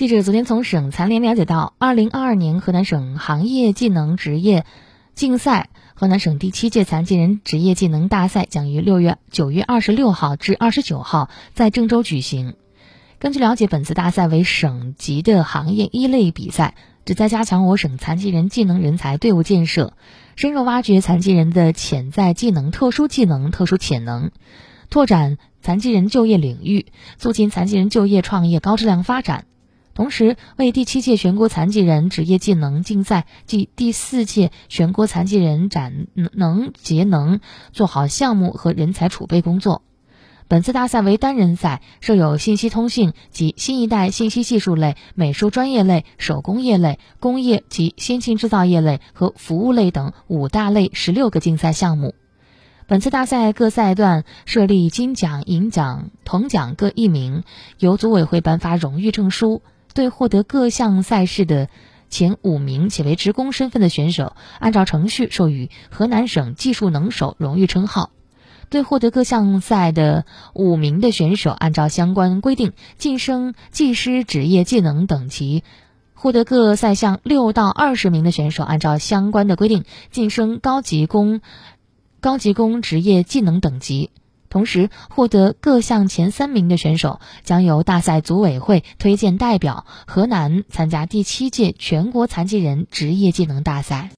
记者昨天从省残联了解到，2022年河南省行业技能职业竞赛河南省第7届残疾人职业技能大赛将于9月26号至29号在郑州举行。根据了解，本次大赛为省级的行业一类比赛，旨在加强我省残疾人技能人才队伍建设，深入挖掘残疾人的潜在技能、特殊技能、特殊潜能，拓展残疾人就业领域，促进残疾人就业创业高质量发展。同时，为第7届全国残疾人职业技能竞赛暨第4届全国残疾人展能节能做好项目和人才储备工作。本次大赛为单人赛，设有信息通信及新一代信息技术类、美术专业类、手工业类、工业及先进制造业类和服务类等5大类16个竞赛项目。本次大赛各赛段设立金奖、银奖、铜奖各1名，由组委会颁发荣誉证书。对获得各项赛事的前5名且为职工身份的选手，按照程序授予河南省技术能手荣誉称号。对获得各项赛的5名的选手，按照相关规定晋升技师职业技能等级；获得各赛项6到20名的选手，按照相关的规定晋升高级工职业技能等级。同时，获得各项前3名的选手将由大赛组委会推荐代表河南参加第7届全国残疾人职业技能大赛。